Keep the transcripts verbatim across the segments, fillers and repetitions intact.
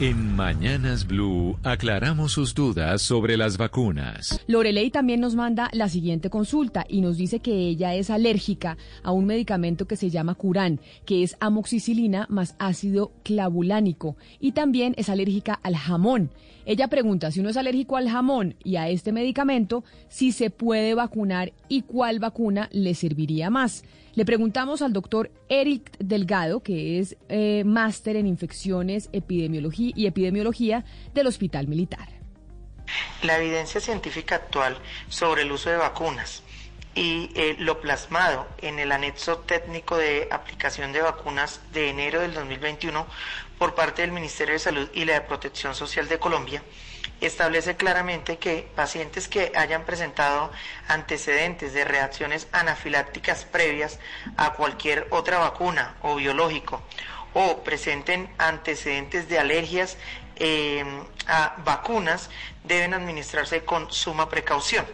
En Mañanas Blue aclaramos sus dudas sobre las vacunas. Lorelei también nos manda la siguiente consulta y nos dice que ella es alérgica a un medicamento que se llama Curan, que es amoxicilina más ácido clavulánico, y también es alérgica al jamón. Ella pregunta si uno es alérgico al jamón y a este medicamento, si se puede vacunar y cuál vacuna le serviría más. Le preguntamos al doctor Eric Delgado, que es eh, máster en infecciones, epidemiología y epidemiología del Hospital Militar. La evidencia científica actual sobre el uso de vacunas y eh, lo plasmado en el anexo técnico de aplicación de vacunas de enero del dos mil veintiuno por parte del Ministerio de Salud y la de Protección Social de Colombia establece claramente que pacientes que hayan presentado antecedentes de reacciones anafilácticas previas a cualquier otra vacuna o biológico o presenten antecedentes de alergias eh, a vacunas deben administrarse con suma precaución.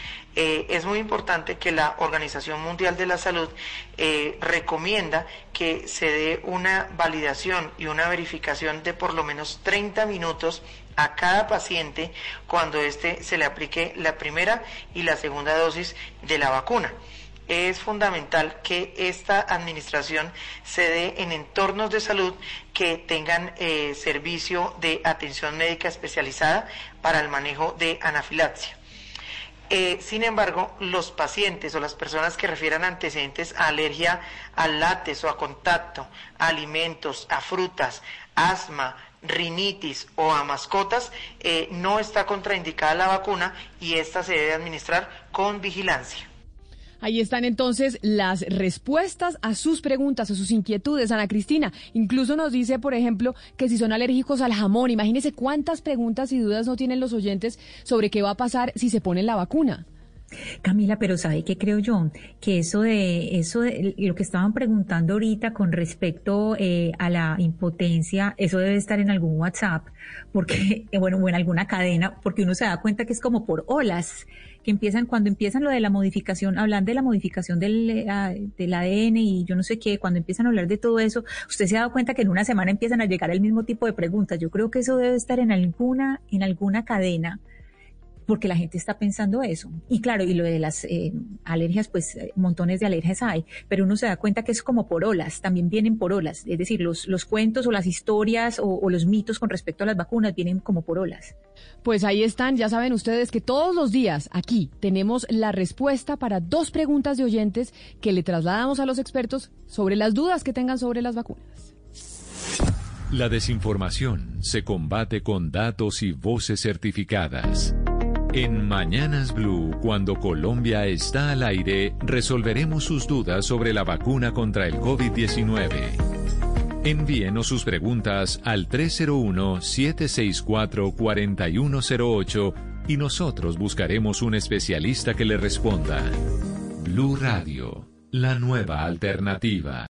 Eh, es muy importante que la Organización Mundial de la Salud eh, recomienda que se dé una validación y una verificación de por lo menos treinta minutos a cada paciente cuando éste se le aplique la primera y la segunda dosis de la vacuna. Es fundamental que esta administración se dé en entornos de salud que tengan eh, servicio de atención médica especializada para el manejo de anafilaxia. Eh, sin embargo, los pacientes o las personas que refieran antecedentes a alergia al látex o a contacto, a alimentos, a frutas, asma, rinitis o a mascotas, eh, no está contraindicada la vacuna y esta se debe administrar con vigilancia. Ahí están entonces las respuestas a sus preguntas, a sus inquietudes, Ana Cristina. Incluso nos dice, por ejemplo, que si son alérgicos al jamón, imagínese cuántas preguntas y dudas no tienen los oyentes sobre qué va a pasar si se ponen la vacuna. Camila, pero ¿sabe qué creo yo? Que eso de eso de lo que estaban preguntando ahorita con respecto eh, a la impotencia, eso debe estar en algún WhatsApp, porque eh, bueno, o en alguna cadena, porque uno se da cuenta que es como por olas, que empiezan cuando empiezan lo de la modificación, hablan de la modificación del, uh, del A D N y yo no sé qué, cuando empiezan a hablar de todo eso, usted se ha dado cuenta que en una semana empiezan a llegar el mismo tipo de preguntas. Yo creo que eso debe estar en alguna en alguna cadena, porque la gente está pensando eso. Y claro, y lo de las eh, alergias, pues eh, montones de alergias hay, pero uno se da cuenta que es como por olas, también vienen por olas, es decir, los, los cuentos o las historias o, o los mitos con respecto a las vacunas vienen como por olas. Pues ahí están, ya saben ustedes que todos los días aquí tenemos la respuesta para dos preguntas de oyentes que le trasladamos a los expertos sobre las dudas que tengan sobre las vacunas. La desinformación se combate con datos y voces certificadas. En Mañanas Blue, cuando Colombia está al aire, resolveremos sus dudas sobre la vacuna contra el COVID diecinueve. Envíenos sus preguntas al tres cero uno, siete seis cuatro, cuatro uno cero ocho y nosotros buscaremos un especialista que le responda. Blue Radio, la nueva alternativa.